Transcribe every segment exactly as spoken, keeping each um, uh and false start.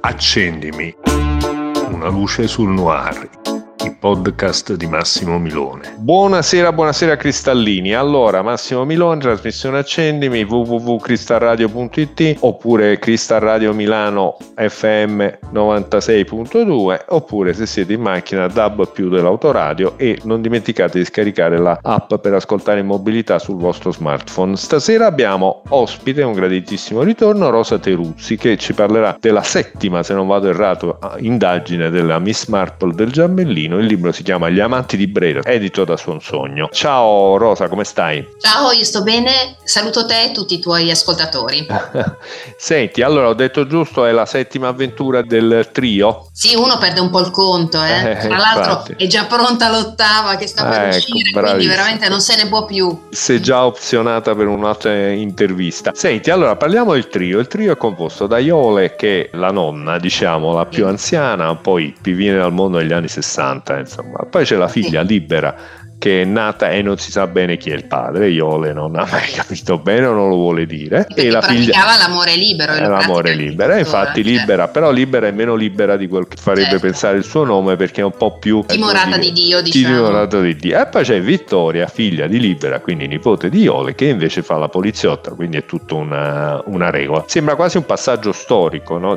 Accendimi, una luce sul noir, il podcast di Massimo Milone. Buonasera, buonasera cristallini. Allora, Massimo Milone, trasmissione Accendimi, w w w punto cristalradio punto i t oppure Cristal Radio Milano F M novantasei punto due, oppure se siete in macchina D A B più dell'autoradio, e non dimenticate di scaricare la app per ascoltare in mobilità sul vostro smartphone. Stasera abbiamo ospite, un graditissimo ritorno, Rosa Teruzzi, che ci parlerà della settima, se non vado errato, indagine della Miss Marple del Giambellino. Il libro si chiama Gli amanti di Brera, edito da Suon Sogno. Ciao Rosa, come stai? Ciao, io sto bene, saluto te e tutti i tuoi ascoltatori. Senti, allora ho detto giusto, è la settima avventura del trio? Sì, uno perde un po' il conto, eh. eh tra l'altro infatti. È già pronta l'ottava che sta per ecco, uscire, bravissimo. Quindi veramente non se ne può più. Sei già opzionata per un'altra intervista. Senti, allora parliamo del trio. Il trio è composto da Iole, che è la nonna, diciamo, la più anziana, poi viene dal mondo negli anni sessanta, insomma. Poi c'è la figlia Libera, che è nata e non si sa bene chi è il padre. Iole non ha mai capito bene o non lo vuole dire. Perché e la praticava figlia l'amore libero. è l'amore libero, infatti Libera, però Libera è meno libera di quel che farebbe certo. pensare il suo nome, perché è un po' più timorata di Dio, diciamo. Timorata di Dio. E poi c'è Vittoria, figlia di Libera, quindi nipote di Iole, che invece fa la poliziotta, quindi è tutta una, una regola. Sembra quasi un passaggio storico, no?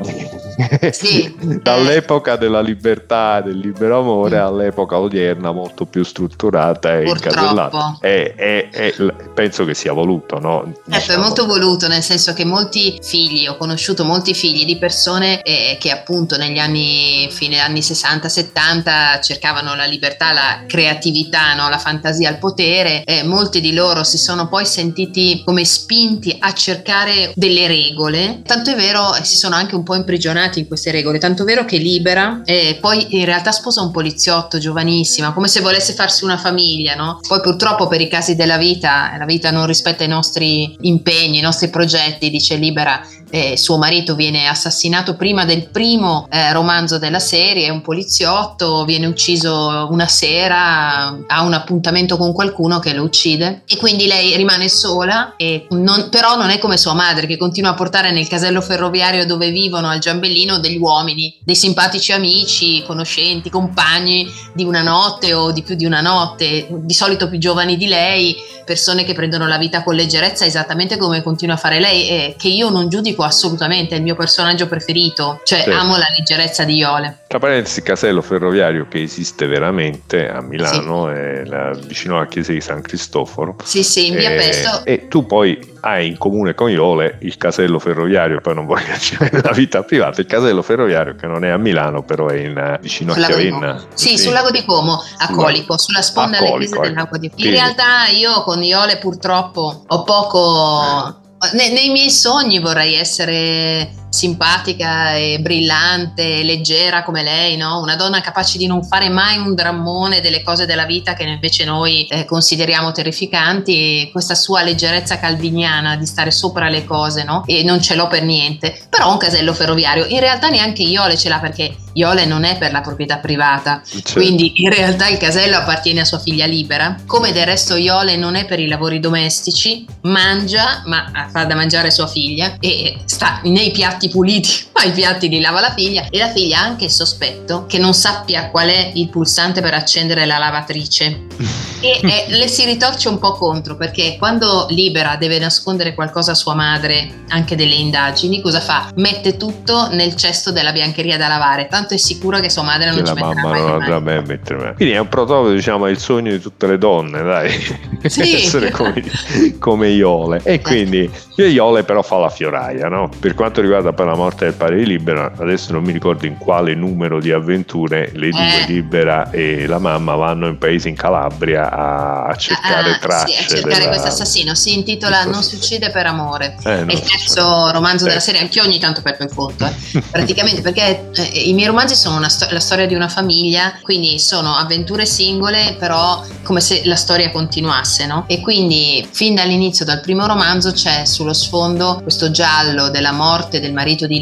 Sì. Dall'epoca della libertà, del libero amore, all'epoca odierna molto più strutturata e incasellata. E, e, e penso che sia voluto, no? Certo, diciamo. È molto voluto, nel senso che molti figli, ho conosciuto molti figli di persone eh, che appunto negli anni, fine anni sessanta settanta cercavano la libertà, la creatività, no? La fantasia, il potere. Eh, molti di loro si sono poi sentiti come spinti a cercare delle regole, tanto è vero, eh, si sono anche un po' imprigionati in queste regole, tanto è vero che Libera eh, poi in realtà sposa un poliziotto giovanissima, come se volesse farsi una famiglia, no? Poi purtroppo per i casi della vita, la vita non rispetta i nostri impegni, i nostri progetti, dice Libera. Eh, suo marito viene assassinato prima del primo eh, romanzo della serie, è un poliziotto, viene ucciso una sera, ha un appuntamento con qualcuno che lo uccide e quindi lei rimane sola, e non, però non è come sua madre, che continua a portare nel casello ferroviario dove vivono al Giambellino degli uomini, dei simpatici amici, conoscenti, compagni di una notte o di più di una notte, di solito più giovani di lei, persone che prendono la vita con leggerezza esattamente come continua a fare lei, e che io non giudico assolutamente, è il mio personaggio preferito, cioè sì. Amo la leggerezza di Iole. Tra parentesi, casello ferroviario che esiste veramente a Milano, sì. È la, vicino alla chiesa di San Cristoforo. Sì, sì, in via e, Pesto. E tu poi hai in comune con Iole il casello ferroviario, poi non voglio dire la vita privata, il casello ferroviario che non è a Milano, però è in, vicino sul a Chiavenna. Sì, sì, sul lago di Como, a sulla, Colico, sulla sponda alle chiese del lago di Como. In realtà io con Iole purtroppo ho poco... Nei, nei miei sogni vorrei essere simpatica e brillante, leggera come lei, no? Una donna capace di non fare mai un drammone delle cose della vita che invece noi eh, consideriamo terrificanti, e questa sua leggerezza calviniana di stare sopra le cose, no? E non ce l'ho per niente. Però un casello ferroviario, in realtà neanche Iole ce l'ha, perché Iole non è per la proprietà privata, certo. Quindi in realtà il casello appartiene a sua figlia Libera, come del resto Iole non è per i lavori domestici, mangia, ma fa da mangiare sua figlia e sta nei piatti puliti, ma i piatti li lava la figlia, e la figlia ha anche il sospetto che non sappia qual è il pulsante per accendere la lavatrice e eh, le si ritorce un po' contro, perché quando Libera deve nascondere qualcosa a sua madre, anche delle indagini, cosa fa? Mette tutto nel cesto della biancheria da lavare, tanto è sicuro che sua madre non che ci la metterà mamma mai non andrà mai a mettere mai. Quindi è un prototipo, diciamo, è il sogno di tutte le donne, dai, sì. essere come, come Iole. E quindi Iole però fa la fioraia, no? Per quanto riguarda per la morte del padre di Libera, adesso non mi ricordo in quale numero di avventure le due, eh. Libera e la mamma, vanno in paese in Calabria a, a cercare ah, tracce, sì, a cercare della... questo assassino. Si intitola Non si uccide per amore, eh, è il terzo romanzo della serie. Anch'io ogni tanto perdo il conto eh. praticamente, perché eh, i miei romanzi sono una sto- la storia di una famiglia, quindi sono avventure singole, però come se la storia continuasse, no? E quindi fin dall'inizio, dal primo romanzo, c'è sullo sfondo questo giallo della morte del marito di Libera,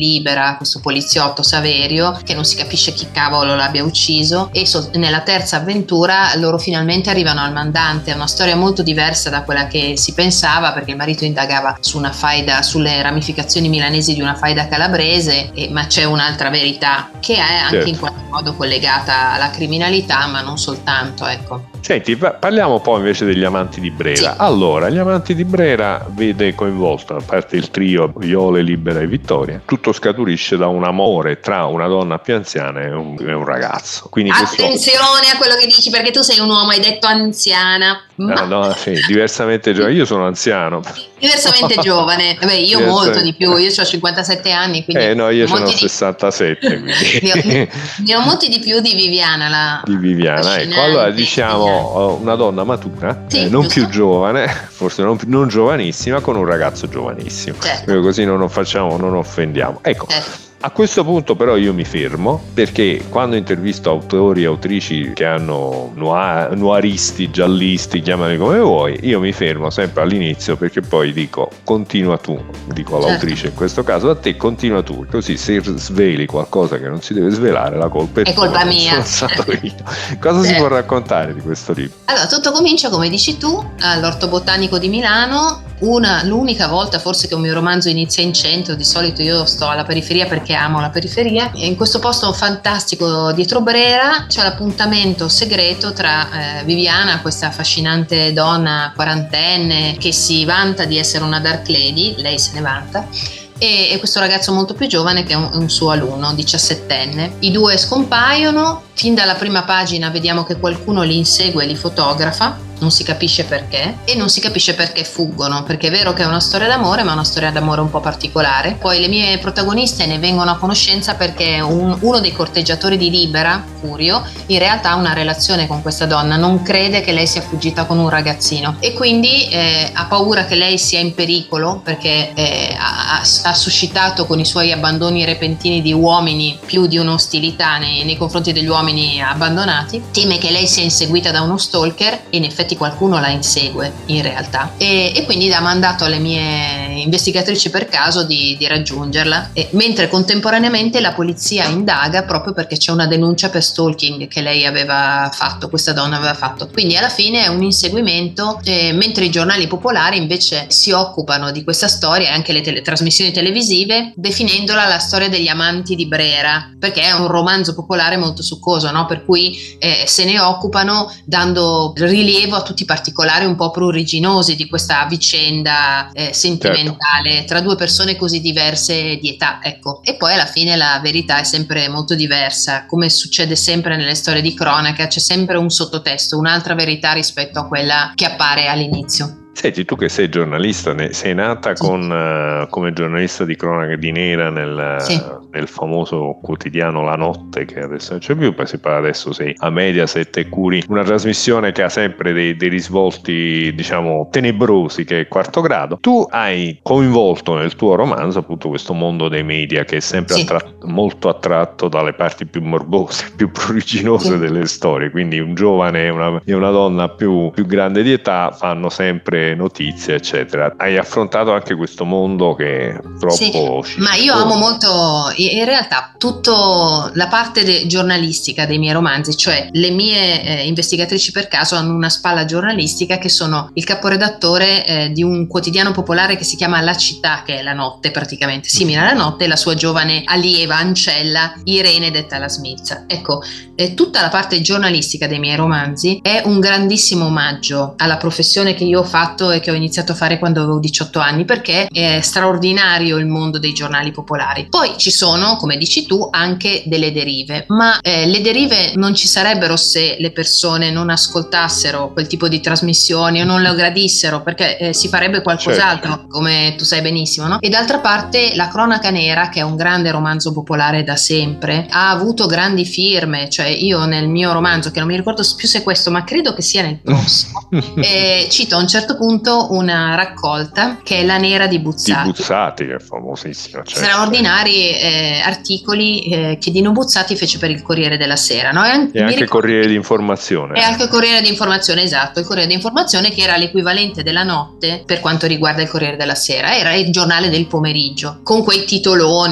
Brera, questo poliziotto Saverio, che non si capisce chi cavolo l'abbia ucciso, e so- nella terza avventura loro finalmente arrivano al mandante. È una storia molto diversa da quella che si pensava, perché il marito indagava su una faida, sulle ramificazioni milanesi di una faida calabrese, e, ma c'è un'altra verità che è anche certo. in qualche modo collegata alla criminalità, ma non soltanto, ecco. Senti, parliamo poi invece degli Amanti di Brera. Sì. Allora, gli Amanti di Brera vede coinvolto, a parte il trio Iole, Libera e Vittoria, tutto scaturisce da un amore tra una donna più anziana e un, e un ragazzo. Quindi attenzione questo... a quello che dici, perché tu sei un uomo, hai detto anziana. Ma... No, no, sì, diversamente giovane. Io sono anziano. Diversamente giovane. Beh, io Diversamente... molto di più, io ho cinquantasette anni, quindi... Eh no, io ce ne ho di... sessantasette, quindi... ne, ho, ne ho molti di più di Viviana. La... Di Viviana, ecco. Allora diciamo una donna matura, sì, eh, non giusto. più giovane, forse non, non giovanissima, con un ragazzo giovanissimo. Certo. Così non facciamo, non offendiamo. Ecco. Certo. A questo punto però io mi fermo, perché quando intervisto autori e autrici che hanno noir, noiristi, giallisti, chiamali come vuoi, io mi fermo sempre all'inizio, perché poi dico continua tu, dico all'autrice, certo. In questo caso a te, continua tu, così se sveli qualcosa che non si deve svelare la colpa è, è tua, colpa mia. Sono stato io. Cosa certo. si può raccontare di questo libro? Allora, tutto comincia, come dici tu, all'Orto Botanico di Milano. Una, l'unica volta forse che un mio romanzo inizia in centro, di solito io sto alla periferia perché amo la periferia, e in questo posto fantastico dietro Brera c'è l'appuntamento segreto tra eh, Viviana, questa affascinante donna quarantenne che si vanta di essere una dark lady, lei se ne vanta, e, e questo ragazzo molto più giovane che è un, un suo alunno, diciassettenne. I due scompaiono, fin dalla prima pagina vediamo che qualcuno li insegue e li fotografa, non si capisce perché, e non si capisce perché fuggono, perché è vero che è una storia d'amore, ma è una storia d'amore un po' particolare. Poi le mie protagoniste ne vengono a conoscenza perché un, uno dei corteggiatori di Libera, Furio, in realtà ha una relazione con questa donna, non crede che lei sia fuggita con un ragazzino e quindi eh, ha paura che lei sia in pericolo, perché eh, ha, ha suscitato con i suoi abbandoni repentini di uomini più di un'ostilità nei, nei confronti degli uomini abbandonati, teme che lei sia inseguita da uno stalker, e in effetti qualcuno la insegue in realtà, e, e quindi ha mandato alle mie investigatrici per caso di, di raggiungerla, e, mentre contemporaneamente la polizia indaga proprio perché c'è una denuncia per stalking che lei aveva fatto, questa donna aveva fatto, quindi alla fine è un inseguimento, eh, mentre i giornali popolari invece si occupano di questa storia e anche le tele- trasmissioni televisive, definendola la storia degli Amanti di Brera, perché è un romanzo popolare molto succoso, no? Per cui eh, se ne occupano dando rilievo a tutti i particolari un po' pruriginosi di questa vicenda eh, sentimentale, certo. Tra due persone così diverse di età, ecco. E poi alla fine la verità è sempre molto diversa, come succede sempre nelle storie di cronaca, c'è sempre un sottotesto, un'altra verità rispetto a quella che appare all'inizio. Senti, tu che sei giornalista, sei nata sì. con, uh, come giornalista di cronaca di nera nel, sì. uh, nel famoso quotidiano La Notte, che adesso non c'è più, poi si parla, adesso sei a Mediaset e curi una trasmissione che ha sempre dei, dei risvolti, diciamo, tenebrosi, che è Quarto Grado. Tu hai coinvolto nel tuo romanzo appunto questo mondo dei media che è sempre sì. attratto, molto attratto dalle parti più morbose, più pruriginose sì. delle storie, quindi un giovane e una, e una donna più, più grande di età fanno sempre notizie eccetera. Hai affrontato anche questo mondo che troppo sì, ma io amo molto in realtà tutto la parte de- giornalistica dei miei romanzi, cioè le mie eh, investigatrici per caso hanno una spalla giornalistica, che sono il caporedattore eh, di un quotidiano popolare che si chiama La Città, che è La Notte praticamente, simile alla Notte, e la sua giovane allieva ancella Irene, detta la Smizza. Ecco, eh, tutta la parte giornalistica dei miei romanzi è un grandissimo omaggio alla professione che io ho fatto e che ho iniziato a fare quando avevo diciotto anni, perché è straordinario il mondo dei giornali popolari. Poi ci sono, come dici tu, anche delle derive, ma eh, le derive non ci sarebbero se le persone non ascoltassero quel tipo di trasmissioni o non lo gradissero, perché eh, si farebbe qualcos'altro, certo. Come tu sai benissimo, no? E d'altra parte la cronaca nera, che è un grande romanzo popolare da sempre, ha avuto grandi firme, cioè io nel mio romanzo, che non mi ricordo più se è questo, ma credo che sia nel prossimo, eh, cito a un certo punto una raccolta che è La Nera di Buzzati. Di Buzzati, che è famosissima. Certo. Straordinari eh, articoli eh, che Dino Buzzati fece per il Corriere della Sera. No? E anche, e anche Corriere di Informazione. E anche il Corriere di Informazione, esatto, il Corriere di Informazione, che era l'equivalente della Notte per quanto riguarda il Corriere della Sera, era il giornale del pomeriggio, con quei titoloni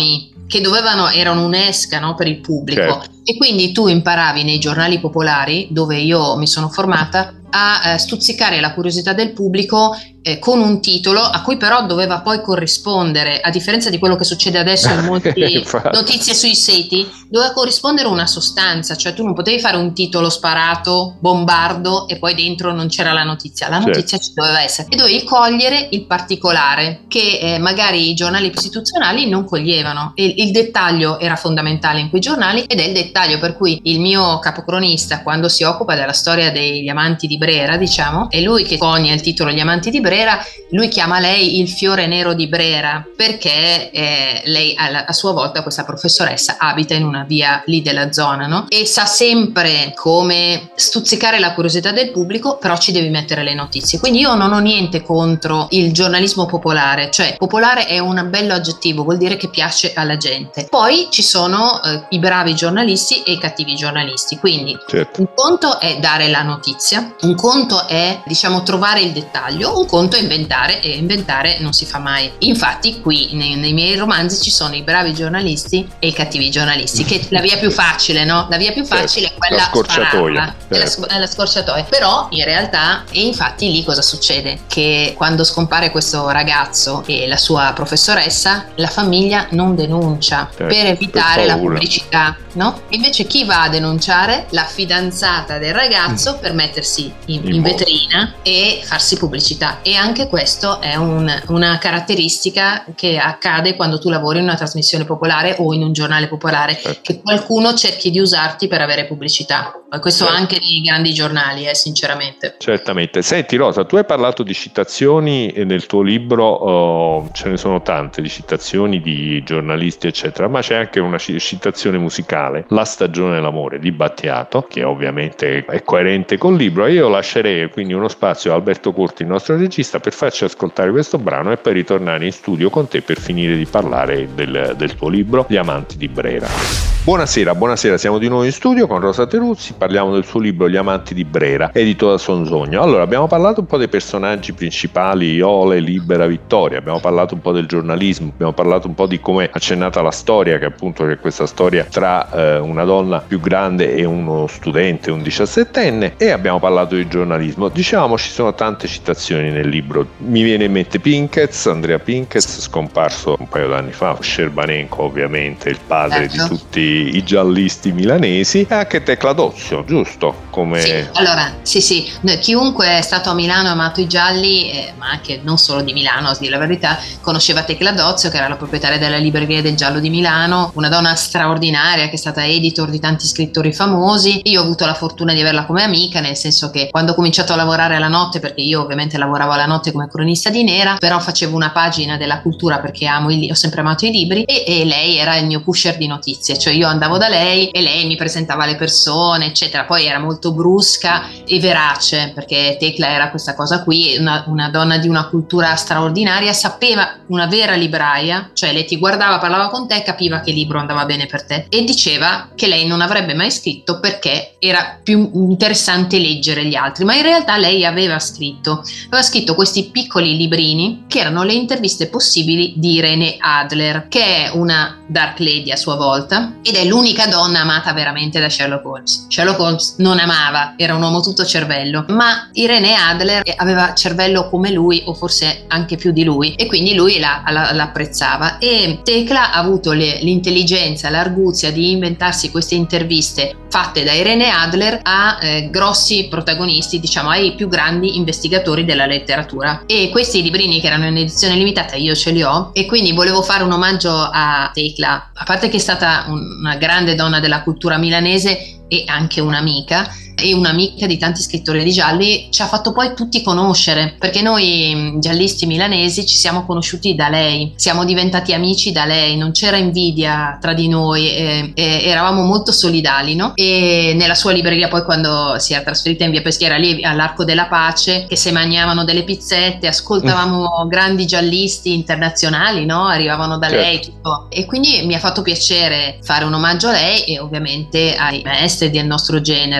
che dovevano, erano un'esca, no, per il pubblico. Certo. E quindi tu imparavi nei giornali popolari, dove io mi sono formata, a eh, stuzzicare la curiosità del pubblico eh, con un titolo a cui però doveva poi corrispondere, a differenza di quello che succede adesso in molte notizie sui siti, doveva corrispondere una sostanza, cioè tu non potevi fare un titolo sparato, bombardo e poi dentro non c'era la notizia, la notizia certo. ci doveva essere e dovevi cogliere il particolare che eh, magari i giornali istituzionali non coglievano, e il dettaglio era fondamentale in quei giornali, ed è il dettaglio per cui il mio capocronista, quando si occupa della storia degli amanti di Brera, diciamo, è lui che cogna il titolo Gli amanti di Brera, lui chiama lei il fiore nero di Brera, perché eh, lei a, a sua volta, questa professoressa, abita in una via lì della zona, no? E sa sempre come stuzzicare la curiosità del pubblico, però ci devi mettere le notizie. Quindi io non ho niente contro il giornalismo popolare, cioè popolare è un bello aggettivo, vuol dire che piace alla gente. Poi ci sono eh, i bravi giornalisti e i cattivi giornalisti, quindi certo. un conto è dare la notizia, un conto è, diciamo, trovare il dettaglio, un conto è inventare, e inventare non si fa mai. Infatti qui nei, nei miei romanzi ci sono i bravi giornalisti e i cattivi giornalisti, che la via più facile, no? La via più facile certo. è quella la scorciatoia, certo. è, la, è la scorciatoia. Però in realtà, e infatti lì cosa succede? Che quando scompare questo ragazzo e la sua professoressa, la famiglia non denuncia certo. per evitare per la pubblicità, no? Invece chi va a denunciare? La fidanzata del ragazzo mm. per mettersi in, in, in vetrina e farsi pubblicità. E anche questo è un, una caratteristica che accade quando tu lavori in una trasmissione popolare o in un giornale popolare, certo. che qualcuno cerchi di usarti per avere pubblicità. Questo certo. anche nei grandi giornali, eh, sinceramente. Certamente. Senti Rosa, tu hai parlato di citazioni nel tuo libro, oh, ce ne sono tante di citazioni di giornalisti eccetera, ma c'è anche una citazione musicale, La stagione dell'amore di Battiato, che ovviamente è coerente col libro, e io lascerei quindi uno spazio a Alberto Corti, il nostro regista, per farci ascoltare questo brano e poi ritornare in studio con te per finire di parlare del, del tuo libro Gli amanti di Brera. Buonasera, buonasera, siamo di nuovo in studio con Rosa Teruzzi, parliamo del suo libro Gli amanti di Brera, edito da Sonzogno. Allora, abbiamo parlato un po' dei personaggi principali, Iole, Libera, Vittoria, abbiamo parlato un po' del giornalismo, abbiamo parlato un po' di come è accennata la storia, che appunto è questa storia tra eh, una donna più grande e uno studente, un diciassettenne, e abbiamo parlato di giornalismo. Dicevamo, ci sono tante citazioni nel libro, mi viene in mente Pinkez, Andrea Pinkez, scomparso un paio d'anni fa, Scerbanenko ovviamente, il padre certo. di tutti i giallisti milanesi, e anche Tecla Dozio, giusto? Come... Sì, allora, sì sì, chiunque è stato a Milano e amato i gialli, eh, ma anche non solo di Milano, a dire la verità, conosceva Tecla Dozio, che era la proprietaria della libreria del Giallo di Milano, una donna straordinaria che è stata editor di tanti scrittori famosi. Io ho avuto la fortuna di averla come amica, nel senso che quando ho cominciato a lavorare alla notte, perché io ovviamente lavoravo alla notte come cronista di Nera, però facevo una pagina della cultura perché amo i, ho sempre amato i libri, e, e lei era il mio pusher di notizie, cioè io andavo da lei e lei mi presentava le persone eccetera. Poi era molto brusca e verace, perché Tecla era questa cosa qui, una, una donna di una cultura straordinaria, sapeva, una vera libraia, cioè lei ti guardava, parlava con te, capiva che libro andava bene per te, e diceva che lei non avrebbe mai scritto perché era più interessante leggere gli altri, ma in realtà lei aveva scritto aveva scritto questi piccoli librini che erano le interviste possibili di Irene Adler, che è una dark lady a sua volta ed è l'unica donna amata veramente da Sherlock Holmes. Sherlock Holmes non amava, era un uomo tutto cervello, ma Irene Adler aveva cervello come lui, o forse anche più di lui, e quindi lui la, la, l'apprezzava. E Tecla ha avuto le, l'intelligenza, l'arguzia di inventarsi queste interviste fatte da Irene Adler a eh, grossi protagonisti, diciamo ai più grandi investigatori della letteratura. E questi librini, che erano in edizione limitata, io ce li ho, e quindi volevo fare un omaggio a Tecla, a parte che è stata una grande donna della cultura milanese e anche un'amica, e un'amica di tanti scrittori di gialli, ci ha fatto poi tutti conoscere, perché noi giallisti milanesi ci siamo conosciuti da lei, siamo diventati amici da lei, non c'era invidia tra di noi, e, e eravamo molto solidali, no? E nella sua libreria poi, quando si era trasferita in via Peschiera, lì all'Arco della Pace, che se mangiavano delle pizzette, ascoltavamo mm. grandi giallisti internazionali, no? Arrivavano da certo. lei, tutto. E quindi mi ha fatto piacere fare un omaggio a lei e ovviamente ai maestri del nostro genere, per cui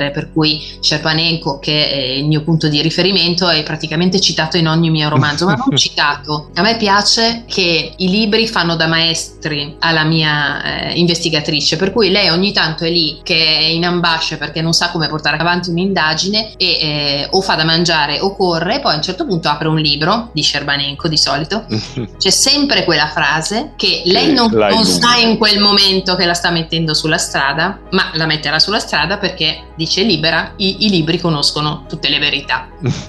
poi Scerbanenko, che è il mio punto di riferimento, è praticamente citato in ogni mio romanzo, ma non citato. A me piace che i libri fanno da maestri alla mia eh, investigatrice, per cui lei ogni tanto è lì che è in ambasce perché non sa come portare avanti un'indagine e eh, o fa da mangiare o corre, e poi a un certo punto apre un libro di Scerbanenko, di solito c'è sempre quella frase che lei non, non sa in quel momento che la sta mettendo sulla strada, ma la metterà sulla strada perché dice libera, i, i libri conoscono tutte le verità.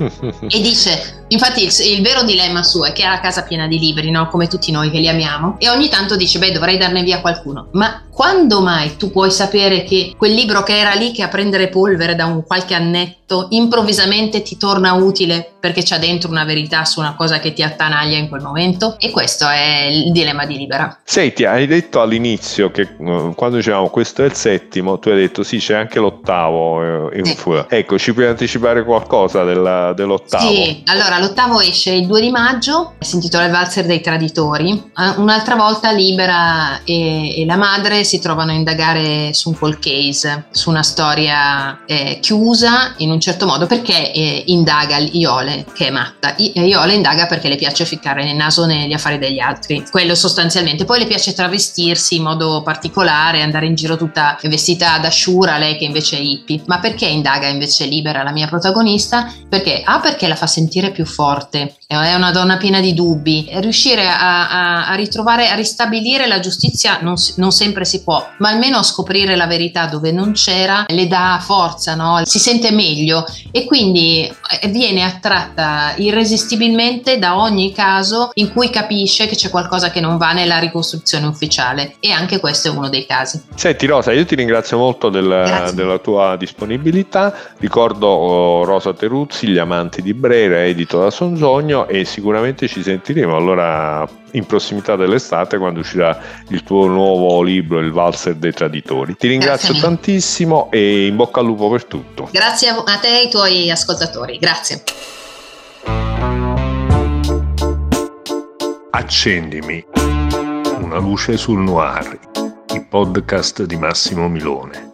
E dice, infatti il, il vero dilemma suo è che ha la casa piena di libri, no? Come tutti noi che li amiamo, e ogni tanto dice beh, dovrei darne via qualcuno, ma quando mai tu puoi sapere che quel libro che era lì che a prendere polvere da un qualche annetto improvvisamente ti torna utile perché c'ha dentro una verità su una cosa che ti attanaglia in quel momento? E questo è il dilemma di Libera. Senti, hai detto all'inizio che uh, quando dicevamo questo è il settimo, tu hai detto sì, c'è anche l'ottavo eh, in sì. fuga. Ecco, ci puoi anticipare qualcosa della, dell'ottavo? Sì, allora l'ottavo esce il due di maggio, si intitola Il valzer dei traditori. Uh, un'altra volta Libera e, e la madre si trovano a indagare su un cold case, su una storia eh, chiusa in un certo modo, perché eh, indaga Iole, che è matta. I, Iole indaga perché le piace ficcare nel naso negli affari degli altri, quello sostanzialmente. Poi le piace travestirsi in modo particolare, andare in giro tutta vestita da Shura, lei che invece è hippie. Ma perché indaga invece Libera, la mia protagonista? Perché ah, perché la fa sentire più forte, è una donna piena di dubbi, riuscire a, a, a ritrovare, a ristabilire la giustizia non, non sempre si può, ma almeno a scoprire la verità dove non c'era le dà forza, no? Si sente meglio e quindi viene attratta irresistibilmente da ogni caso in cui capisce che c'è qualcosa che non va nella ricostruzione ufficiale, e anche questo è uno dei casi. Senti Rosa, io ti ringrazio molto del, della tua disponibilità. Ricordo oh, Rosa Teruzzi, Gli amanti di Brera, edito da Sonzogno, e sicuramente ci sentiremo allora in prossimità dell'estate quando uscirà il tuo nuovo libro Il valzer dei traditori. Ti ringrazio tantissimo e in bocca al lupo per tutto. Grazie a te e ai tuoi ascoltatori, grazie. Accendimi una luce sul noir, il podcast di Massimo Milone.